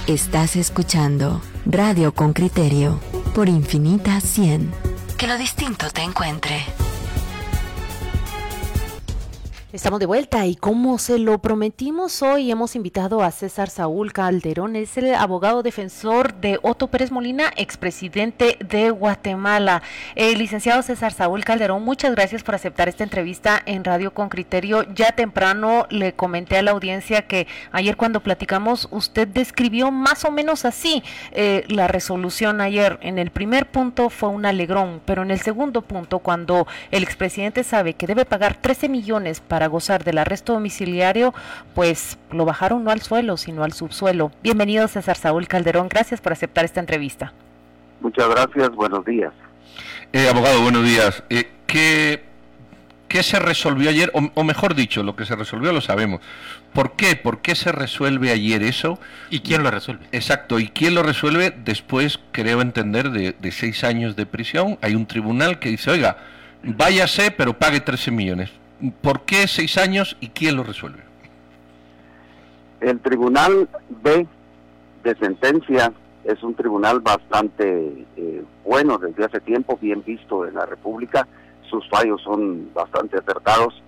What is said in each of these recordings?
Estás escuchando Radio con Criterio por Infinita 100. Que lo distinto te encuentre. Estamos de vuelta y como se lo prometimos, hoy hemos invitado a César Saúl Calderón. Es el abogado defensor de Otto Pérez Molina, expresidente de Guatemala. Licenciado César Saúl Calderón, muchas gracias por aceptar esta entrevista en Radio con Criterio. Ya temprano le comenté a la audiencia que ayer cuando platicamos usted describió más o menos así la resolución ayer. En el primer punto fue un alegrón, pero en el segundo punto, cuando el expresidente sabe que debe pagar 13 millones para gozar del arresto domiciliario, pues lo bajaron no al suelo, sino al subsuelo. Bienvenido, César Saúl Calderón, gracias por aceptar esta entrevista. Muchas gracias, buenos días. Abogado, buenos días. ¿Qué se resolvió ayer? O mejor dicho, lo que se resolvió lo sabemos. ¿Por qué? ¿Por qué se resuelve ayer eso? ¿Y quién lo resuelve? Exacto, ¿y quién lo resuelve? Después, creo entender, de 6 años de prisión, hay un tribunal que dice, oiga, váyase, pero pague 13 millones. ¿Por qué 6 años y quién lo resuelve? El Tribunal B de Sentencia es un tribunal bastante bueno desde hace tiempo, bien visto en la República. Sus fallos son bastante acertados.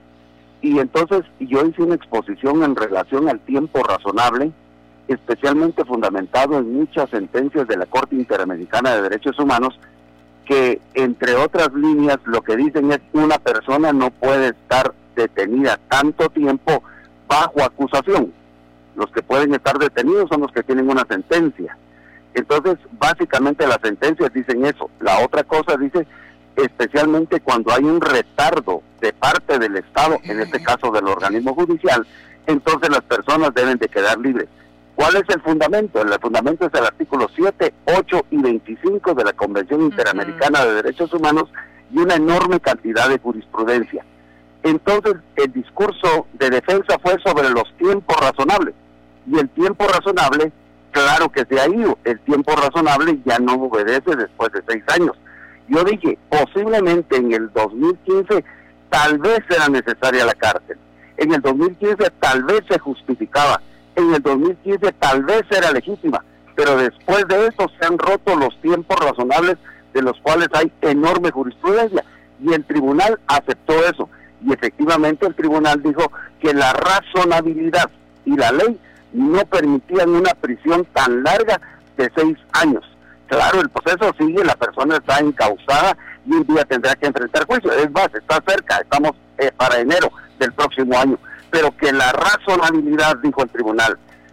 Y entonces yo hice una exposición en relación al tiempo razonable, especialmente fundamentado en muchas sentencias de la Corte Interamericana de Derechos Humanos, que entre otras líneas lo que dicen es que una persona no puede estar detenida tanto tiempo bajo acusación. Los que pueden estar detenidos son los que tienen una sentencia. Entonces, básicamente las sentencias dicen eso. La otra cosa dice, especialmente cuando hay un retardo de parte del Estado, en este caso del organismo judicial, entonces las personas deben de quedar libres. ¿Cuál es el fundamento? El fundamento es el artículo 7, 8 y 25 de la Convención Interamericana de Derechos Humanos y una enorme cantidad de jurisprudencia. Entonces, el discurso de defensa fue sobre los tiempos razonables. Y el tiempo razonable, claro que se ha ido. El tiempo razonable ya no obedece después de 6 años. Yo dije, posiblemente en el 2015 tal vez era necesaria la cárcel. En el 2015 tal vez se justificaba. En el 2015 tal vez era legítima, pero después de eso se han roto los tiempos razonables de los cuales hay enorme jurisprudencia, y el tribunal aceptó eso, y efectivamente el tribunal dijo que la razonabilidad y la ley no permitían una prisión tan larga de 6 años. Claro, el proceso sigue, la persona está encausada y un día tendrá que enfrentar juicio, es más, está cerca, estamos para enero del próximo año. Pero que la razonabilidad, dijo el tribunal,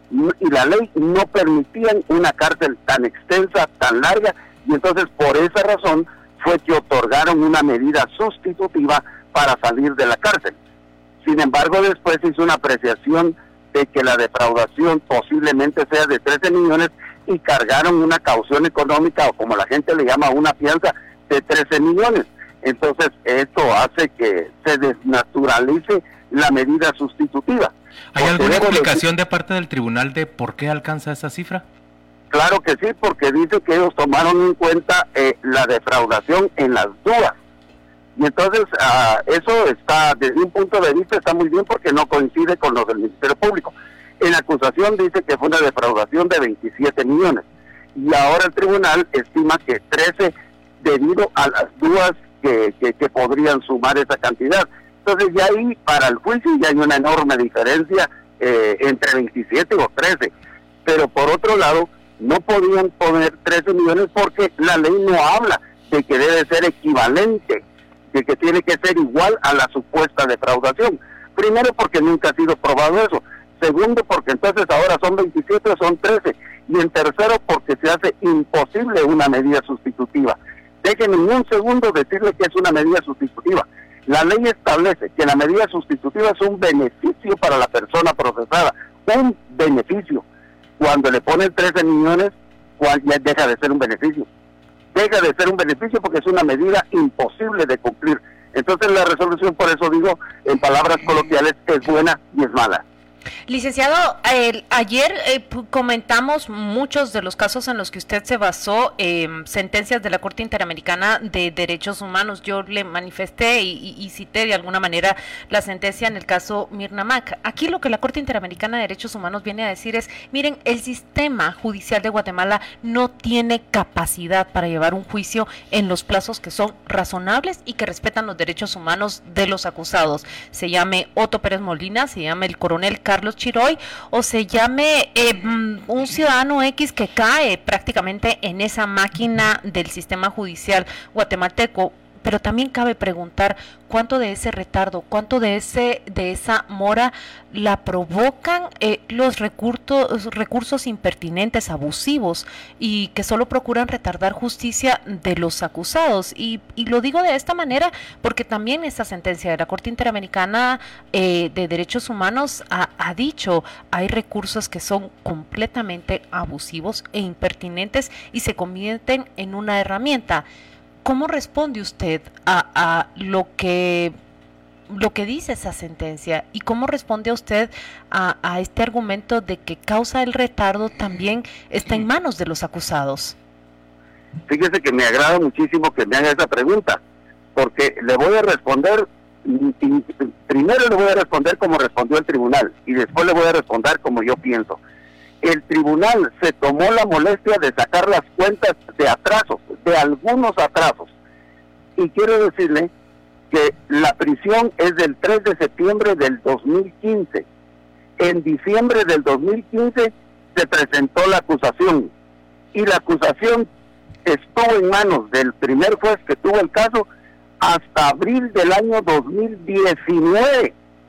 y la ley no permitían una cárcel tan extensa, tan larga, y entonces por esa razón fue que otorgaron una medida sustitutiva para salir de la cárcel. Sin embargo, después hizo una apreciación de que la defraudación posiblemente sea de 13 millones y cargaron una caución económica, o como la gente le llama, una fianza de 13 millones. Entonces, esto hace que se desnaturalice la medida sustitutiva. ¿Hay alguna explicación de parte del tribunal de por qué alcanza esa cifra? Claro que sí, porque dice que ellos tomaron en cuenta la defraudación en las dudas. Y entonces eso está, desde un punto de vista, está muy bien porque no coincide con los del Ministerio Público. En la acusación dice que fue una defraudación de 27 millones. Y ahora el tribunal estima que 13 debido a las dudas que podrían sumar esa cantidad. Entonces ya ahí para el juicio ya hay una enorme diferencia entre 27 o 13. Pero por otro lado, no podían poner 13 millones porque la ley no habla de que debe ser equivalente, de que tiene que ser igual a la supuesta defraudación. Primero porque nunca ha sido probado eso. Segundo porque entonces ahora son 27 o son 13. Y en tercero porque se hace imposible una medida sustitutiva. Déjenme un segundo decirle que es una medida sustitutiva. La ley establece que la medida sustitutiva es un beneficio para la persona procesada, un beneficio. Cuando le ponen 13 millones, ya deja de ser un beneficio. Deja de ser un beneficio porque es una medida imposible de cumplir. Entonces la resolución, por eso digo, en palabras coloquiales, es buena y es mala. Licenciado, ayer comentamos muchos de los casos en los que usted se basó, sentencias de la Corte Interamericana de Derechos Humanos. Yo le manifesté y cité de alguna manera la sentencia en el caso Mirna Mac. Aquí lo que la Corte Interamericana de Derechos Humanos viene a decir es, miren, el sistema judicial de Guatemala no tiene capacidad para llevar un juicio en los plazos que son razonables y que respetan los derechos humanos de los acusados. Se llame Otto Pérez Molina, se llame el coronel Carlos Chiroy, o se llame un ciudadano X que cae prácticamente en esa máquina del sistema judicial guatemalteco. Pero también cabe preguntar cuánto de ese retardo, cuánto de esa mora la provocan los recursos impertinentes, abusivos, y que solo procuran retardar justicia de los acusados. Y lo digo de esta manera porque también esta sentencia de la Corte Interamericana de Derechos Humanos ha dicho, hay recursos que son completamente abusivos e impertinentes y se convierten en una herramienta. ¿Cómo responde usted a lo que dice esa sentencia? ¿Y cómo responde usted a este argumento de que causa el retardo también está en manos de los acusados? Fíjese que me agrada muchísimo que me haga esa pregunta, porque le voy a responder, primero le voy a responder como respondió el tribunal, y después le voy a responder como yo pienso. El tribunal se tomó la molestia de sacar las cuentas de atrasos, de algunos atrasos. Y quiero decirle que la prisión es del 3 de septiembre del 2015. En diciembre del 2015 se presentó la acusación. Y la acusación estuvo en manos del primer juez que tuvo el caso hasta abril del año 2019.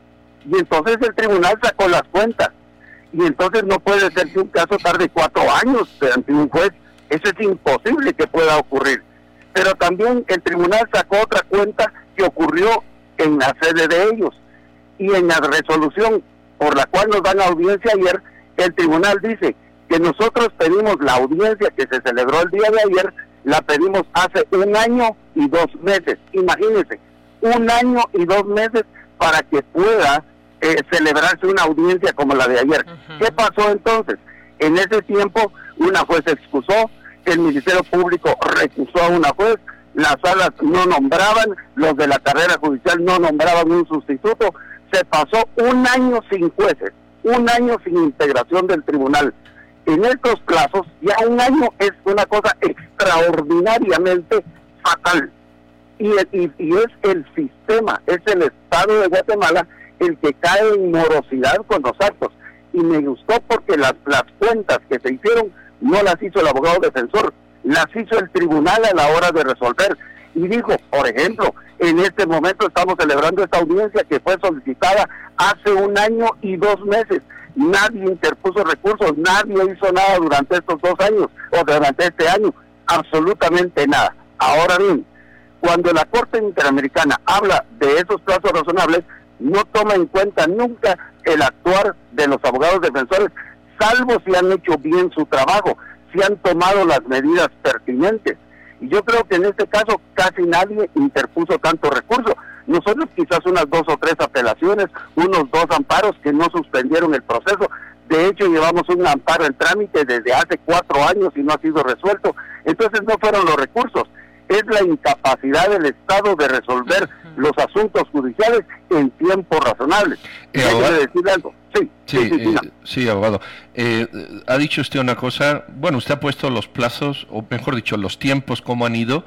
Y entonces el tribunal sacó las cuentas. Y entonces no puede ser que un caso tarde 4 años ante un juez. Eso es imposible que pueda ocurrir. Pero también el tribunal sacó otra cuenta que ocurrió en la sede de ellos. Y en la resolución por la cual nos dan audiencia ayer, el tribunal dice que nosotros pedimos la audiencia que se celebró el día de ayer, la pedimos hace 1 año y 2 meses. Imagínense, 1 año y 2 meses para que pueda celebrarse una audiencia como la de ayer. ¿Qué pasó entonces? En ese tiempo una juez excusó, el Ministerio Público recusó a una juez, las salas no nombraban, los de la carrera judicial no nombraban un sustituto, se pasó 1 año sin jueces, 1 año sin integración del tribunal. En estos plazos, ya 1 año es una cosa extraordinariamente fatal. Y es el sistema, es el Estado de Guatemala el que cae en morosidad con los actos. Y me gustó porque las cuentas que se hicieron no las hizo el abogado defensor, las hizo el tribunal a la hora de resolver. Y dijo, por ejemplo, en este momento estamos celebrando esta audiencia que fue solicitada hace 1 año y 2 meses. Nadie interpuso recursos, nadie hizo nada durante estos 2 años o durante este año, absolutamente nada. Ahora bien, cuando la Corte Interamericana habla de esos plazos razonables, no toma en cuenta nunca el actuar de los abogados defensores, salvo si han hecho bien su trabajo, si han tomado las medidas pertinentes. Y yo creo que en este caso casi nadie interpuso tanto recurso. Nosotros quizás unas 2 o 3 apelaciones, unos 2 amparos que no suspendieron el proceso. De hecho, llevamos un amparo en trámite desde hace 4 años y no ha sido resuelto. Entonces no fueron los recursos, es la incapacidad del Estado de resolver los asuntos judiciales en tiempos razonables. ¿Quiere decir algo? Sí, abogado. Ha dicho usted una cosa, bueno, usted ha puesto los plazos, o mejor dicho, los tiempos como han ido,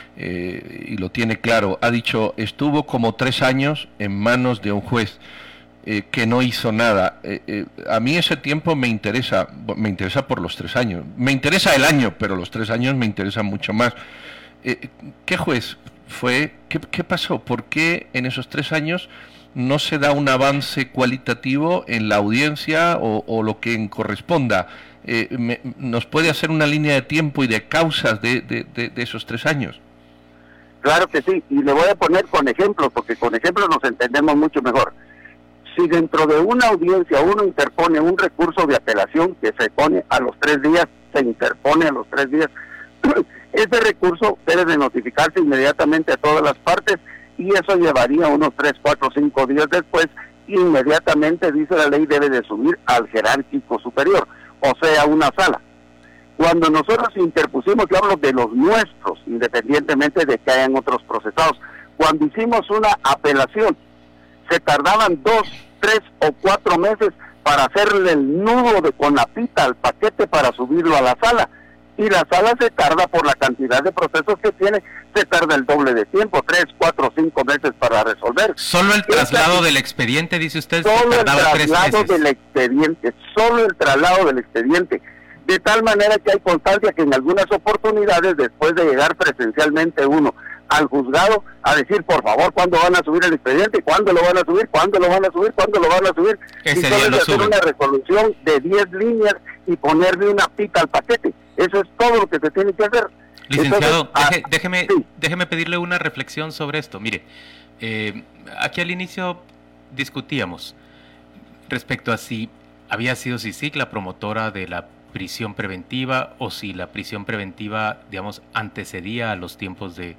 y lo tiene claro. Ha dicho, estuvo como 3 años en manos de un juez que no hizo nada. A mí ese tiempo me interesa por los 3 años. Me interesa el año, pero los 3 años me interesan mucho más. ¿Qué juez fue? ¿Qué pasó? ¿Por qué en esos 3 años no se da un avance cualitativo en la audiencia o lo que corresponda? ¿Nos puede hacer una línea de tiempo y de causas de esos 3 años? Claro que sí, y le voy a poner con ejemplos, porque con ejemplos nos entendemos mucho mejor. Si dentro de una audiencia uno interpone un recurso de apelación que se pone a los 3 días, se interpone a los 3 días, ese recurso debe de notificarse inmediatamente a todas las partes y eso llevaría unos 3, 4, 5 días después inmediatamente, dice la ley, debe de subir al jerárquico superior, o sea, una sala. Cuando nosotros interpusimos, yo hablo de los nuestros, independientemente de que hayan otros procesados, cuando hicimos una apelación, se tardaban 2, 3 o 4 meses para hacerle el nudo con la pita al paquete para subirlo a la sala. Y la sala se tarda por la cantidad de procesos que tiene, se tarda el doble de tiempo, 3, 4, 5 meses para resolver. Solo el traslado del expediente, dice usted, solo el traslado del expediente, solo el traslado del expediente. De tal manera que hay constancia que en algunas oportunidades, después de llegar presencialmente uno al juzgado a decir, por favor, ¿cuándo van a subir el expediente? ¿Cuándo lo van a subir? ¿Cuándo lo van a subir? ¿Cuándo lo van a subir? Ese y día solo lo hacer suben. una resolución de 10 líneas y ponerle una pita al paquete. Eso es todo lo que se tiene que hacer. Licenciado, Entonces, déjeme pedirle una reflexión sobre esto. Mire, aquí al inicio discutíamos respecto a si había sido CICIG la promotora de la prisión preventiva o si la prisión preventiva, digamos, antecedía a los tiempos de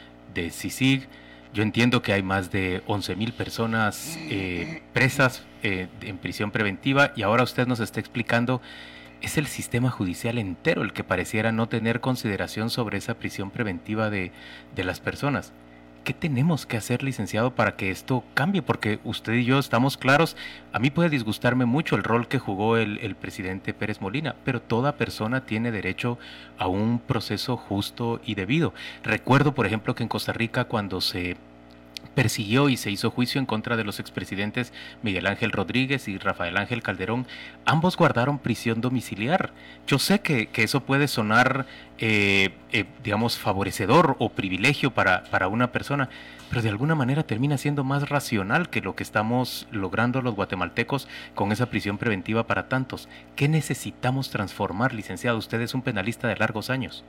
CICIG. Yo entiendo que hay más de 11,000 personas presas en prisión preventiva y ahora usted nos está explicando, es el sistema judicial entero el que pareciera no tener consideración sobre esa prisión preventiva de las personas. ¿Qué tenemos que hacer, licenciado, para que esto cambie? Porque usted y yo estamos claros, a mí puede disgustarme mucho el rol que jugó el presidente Pérez Molina, pero toda persona tiene derecho a un proceso justo y debido. Recuerdo, por ejemplo, que en Costa Rica, cuando se persiguió y se hizo juicio en contra de los expresidentes Miguel Ángel Rodríguez y Rafael Ángel Calderón, ambos guardaron prisión domiciliar. Yo sé que eso puede sonar, digamos, favorecedor o privilegio para una persona, pero de alguna manera termina siendo más racional que lo que estamos logrando los guatemaltecos con esa prisión preventiva para tantos. ¿Qué necesitamos transformar, licenciado? Usted es un penalista de largos años.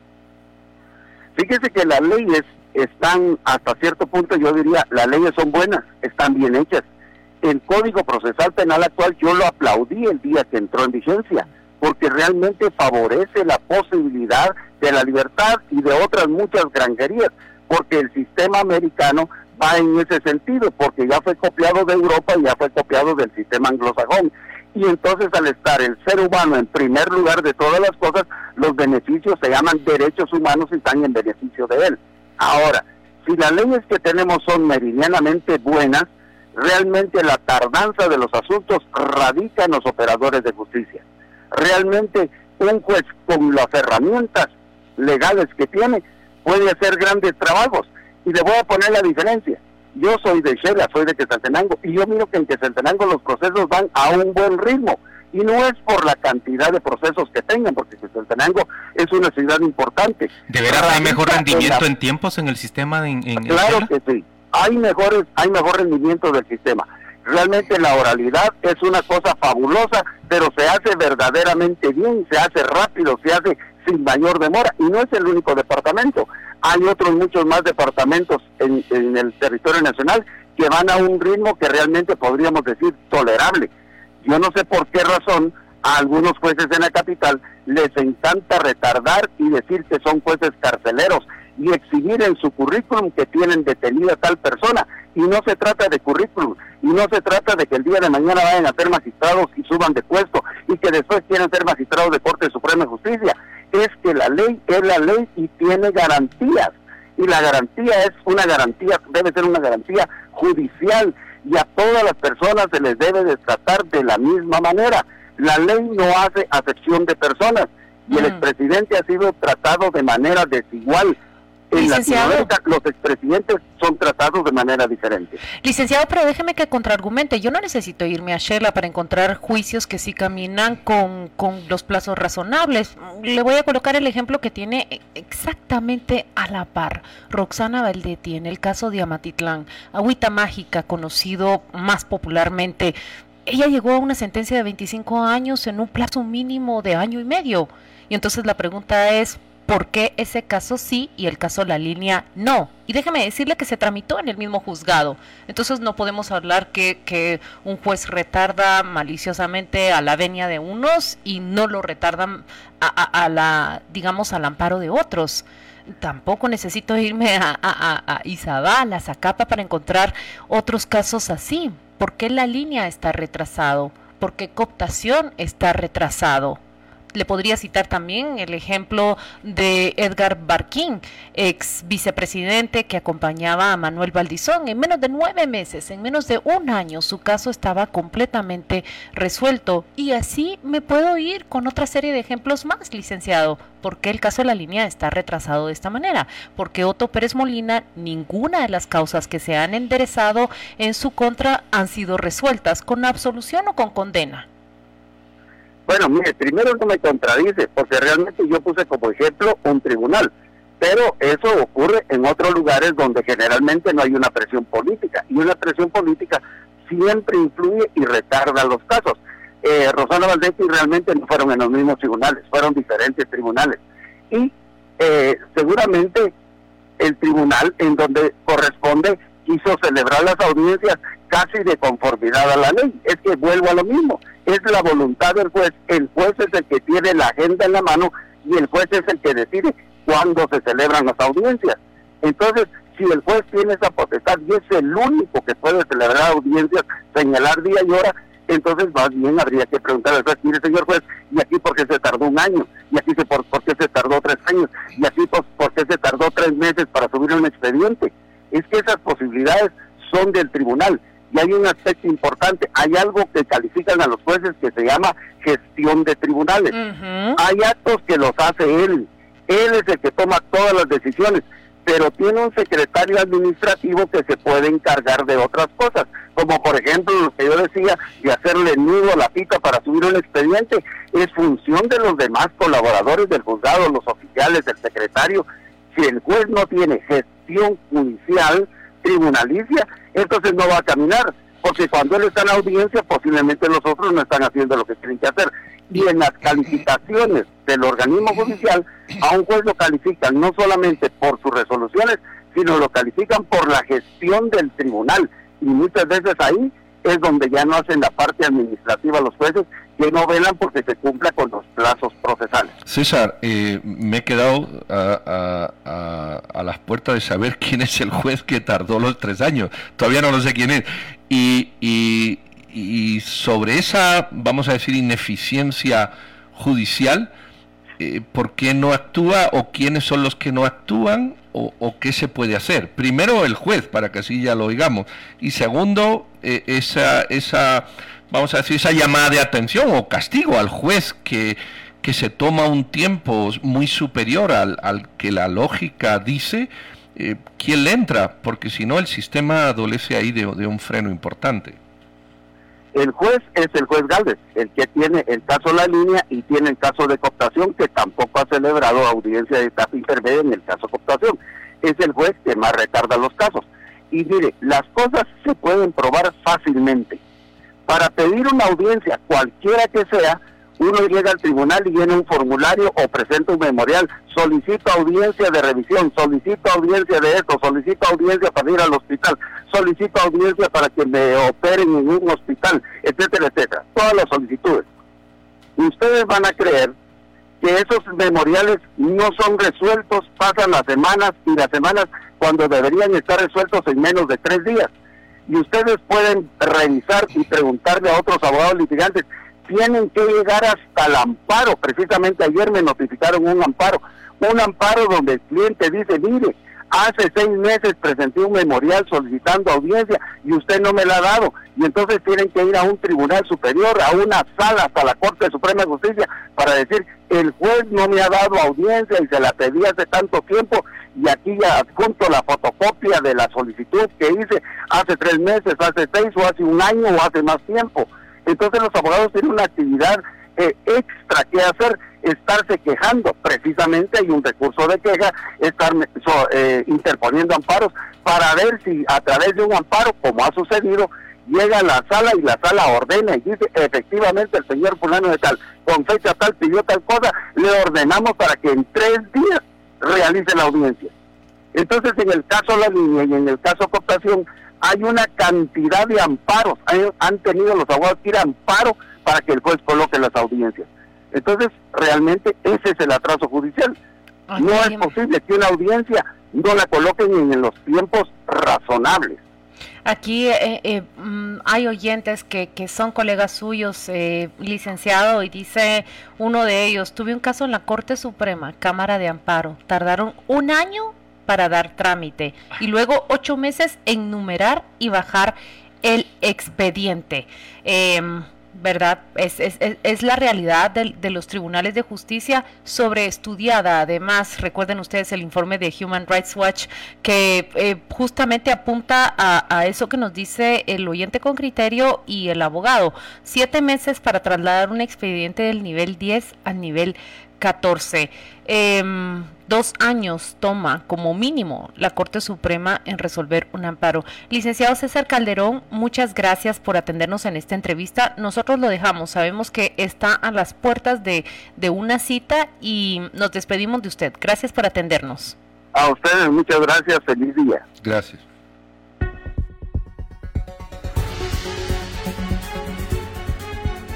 Fíjese que las leyes están, hasta cierto punto yo diría, las leyes son buenas, están bien hechas. El Código Procesal Penal actual yo lo aplaudí el día que entró en vigencia, porque realmente favorece la posibilidad de la libertad y de otras muchas granjerías, porque el sistema americano va en ese sentido, porque ya fue copiado de Europa y ya fue copiado del sistema anglosajón. Y entonces, al estar el ser humano en primer lugar de todas las cosas, los beneficios se llaman derechos humanos y están en beneficio de él. Ahora, si las leyes que tenemos son meridianamente buenas, realmente la tardanza de los asuntos radica en los operadores de justicia. Realmente un juez con las herramientas legales que tiene puede hacer grandes trabajos. Y le voy a poner la diferencia. Yo soy de Xela, soy de Quetzaltenango, y yo miro que en Quetzaltenango los procesos van a un buen ritmo. Y no es por la cantidad de procesos que tengan, porque Quetzaltenango es una ciudad importante. ¿De veras hay mejor rendimiento en tiempos en el sistema? Claro que sí, hay mejor rendimiento del sistema. Realmente la oralidad es una cosa fabulosa, pero se hace verdaderamente bien, se hace rápido, se hace sin mayor demora, y no es el único departamento. Hay otros muchos más departamentos en el territorio nacional que van a un ritmo que realmente podríamos decir tolerable. Yo no sé por qué razón a algunos jueces en la capital les encanta retardar y decir que son jueces carceleros y exhibir en su currículum que tienen detenida tal persona. Y no se trata de currículum, y no se trata de que el día de mañana vayan a ser magistrados y suban de puesto y que después quieran ser magistrados de Corte Suprema de Justicia. Es que la ley es la ley y tiene garantías, y la garantía es una garantía, debe ser una garantía judicial, y a todas las personas se les debe de tratar de la misma manera. La ley no hace acepción de personas, y el expresidente ha sido tratado de manera desigual. En Latinoamérica los expresidentes son tratados de manera diferente. Licenciado, pero déjeme que contraargumente. Yo no necesito irme a Xela para encontrar juicios que sí caminan con los plazos razonables. Le voy a colocar el ejemplo que tiene exactamente a la par Roxana Valdetti en el caso de Amatitlán. Agüita Mágica, conocido más popularmente. Ella llegó a una sentencia de 25 años en un plazo mínimo de 1.5 años. Y entonces la pregunta es, ¿por qué ese caso sí y el caso La Línea no? Y déjeme decirle que se tramitó en el mismo juzgado. Entonces no podemos hablar que un juez retarda maliciosamente a la venia de unos y no lo retardan digamos, al amparo de otros. Tampoco necesito irme a Izabal, a Zacapa para encontrar otros casos así. ¿Por qué la línea está retrasado? ¿Por qué cooptación está retrasado? Le podría citar también el ejemplo de Edgar Barquín, ex vicepresidente que acompañaba a Manuel Valdizón. En menos de 9 meses, en menos de un año, su caso estaba completamente resuelto. Y así me puedo ir con otra serie de ejemplos más, licenciado. ¿Por qué el caso de la línea está retrasado de esta manera? Porque Otto Pérez Molina, ninguna de las causas que se han enderezado en su contra han sido resueltas, con absolución o con condena. Bueno, mire, primero no me contradice, porque realmente yo puse como ejemplo un tribunal, pero eso ocurre en otros lugares donde generalmente no hay una presión política, y una presión política siempre influye y retarda los casos. Rosana Valdetti realmente no fueron en los mismos tribunales, fueron diferentes tribunales, y seguramente el tribunal en donde corresponde quiso celebrar las audiencias casi de conformidad a la ley. Es que vuelvo a lo mismo, es la voluntad del juez. El juez es el que tiene la agenda en la mano y el juez es el que decide cuándo se celebran las audiencias. Entonces, si el juez tiene esa potestad y es el único que puede celebrar audiencias, señalar día y hora, entonces más bien habría que preguntar al juez, mire señor juez, ¿y aquí por qué se tardó un año? ¿Y aquí por qué se tardó 3 años? ¿Y aquí por qué se tardó 3 meses para subir un expediente? Es que esas posibilidades son del tribunal. Y hay un aspecto importante, hay algo que califican a los jueces que se llama gestión de tribunales. Hay actos que los hace él es el que toma todas las decisiones, pero tiene un secretario administrativo que se puede encargar de otras cosas, como por ejemplo lo que yo decía, de hacerle nudo a la pita para subir un expediente, es función de los demás colaboradores del juzgado, los oficiales, del secretario. Si el juez no tiene gestión judicial, tribunalicia, entonces no va a caminar, porque cuando él está en audiencia posiblemente los otros no están haciendo lo que tienen que hacer. Y en las calificaciones del organismo judicial, a un juez lo califican no solamente por sus resoluciones, sino lo califican por la gestión del tribunal, y muchas veces ahí es donde ya no hacen la parte administrativa los jueces, que no velan porque se cumpla con los plazos procesales. César, me he quedado a las puertas de saber quién es el juez que tardó los 3 años. Todavía no lo sé quién es. Y sobre esa, vamos a decir, ineficiencia judicial, ¿por qué no actúa o quiénes son los que no actúan o qué se puede hacer? Primero el juez, para que así ya lo oigamos. Y segundo, esa vamos a decir, esa llamada de atención o castigo al juez que se toma un tiempo muy superior al que la lógica dice, ¿quién le entra? Porque si no el sistema adolece ahí de un freno importante. El juez es el juez Gálvez, el que tiene el caso La Línea y tiene el caso de cooptación, que tampoco ha celebrado audiencia de etapa intermedia en el caso cooptación. Es el juez que más retarda los casos. Y mire, las cosas se pueden probar fácilmente. Para pedir una audiencia, cualquiera que sea, uno llega al tribunal y llena un formulario o presenta un memorial, solicito audiencia de revisión, solicito audiencia de esto, solicito audiencia para ir al hospital, solicito audiencia para que me operen en un hospital, etcétera, etcétera. Todas las solicitudes. Y ustedes van a creer que esos memoriales no son resueltos, pasan las semanas y las semanas cuando deberían estar resueltos en menos de 3 días. Y ustedes pueden revisar y preguntarle a otros abogados litigantes, tienen que llegar hasta el amparo. Precisamente ayer me notificaron un amparo donde el cliente dice, mire, hace 6 meses presenté un memorial solicitando audiencia y usted no me la ha dado, y entonces tienen que ir a un tribunal superior, a una sala, hasta la Corte Suprema de Justicia, para decir, el juez no me ha dado audiencia y se la pedí hace tanto tiempo, y aquí ya adjunto la fotocopia de la solicitud que hice hace 3 meses, hace 6 o hace 1 año o hace más tiempo. Entonces los abogados tienen una actividad extra que hacer, estarse quejando. Precisamente hay un recurso de queja, estar interponiendo amparos para ver si a través de un amparo, como ha sucedido, llega a la sala y la sala ordena y dice, efectivamente el señor fulano de tal, con fecha tal, pidió tal cosa, le ordenamos para que en 3 días realice la audiencia. Entonces en el caso La Línea y en el caso cooptación hay una cantidad de amparos, han tenido los abogados que ir a amparo para que el juez coloque las audiencias. Entonces, realmente ese es el atraso judicial. No es posible que una audiencia no la coloquen en los tiempos razonables. Aquí hay oyentes que son colegas suyos, licenciado, y dice uno de ellos: tuve un caso en la Corte Suprema, Cámara de Amparo, tardaron 1 año para dar trámite y luego 8 meses en numerar y bajar el expediente. ¿Verdad? Es la realidad de los tribunales de justicia, sobreestudiada. Además, recuerden ustedes el informe de Human Rights Watch que justamente apunta a eso que nos dice el oyente con criterio y el abogado: 7 meses para trasladar un expediente del nivel 10 al nivel 14. 2 años toma como mínimo la Corte Suprema en resolver un amparo. Licenciado César Calderón, muchas gracias por atendernos en esta entrevista. Nosotros lo dejamos, sabemos que está a las puertas de una cita y nos despedimos de usted. Gracias por atendernos. A ustedes muchas gracias, feliz día. Gracias.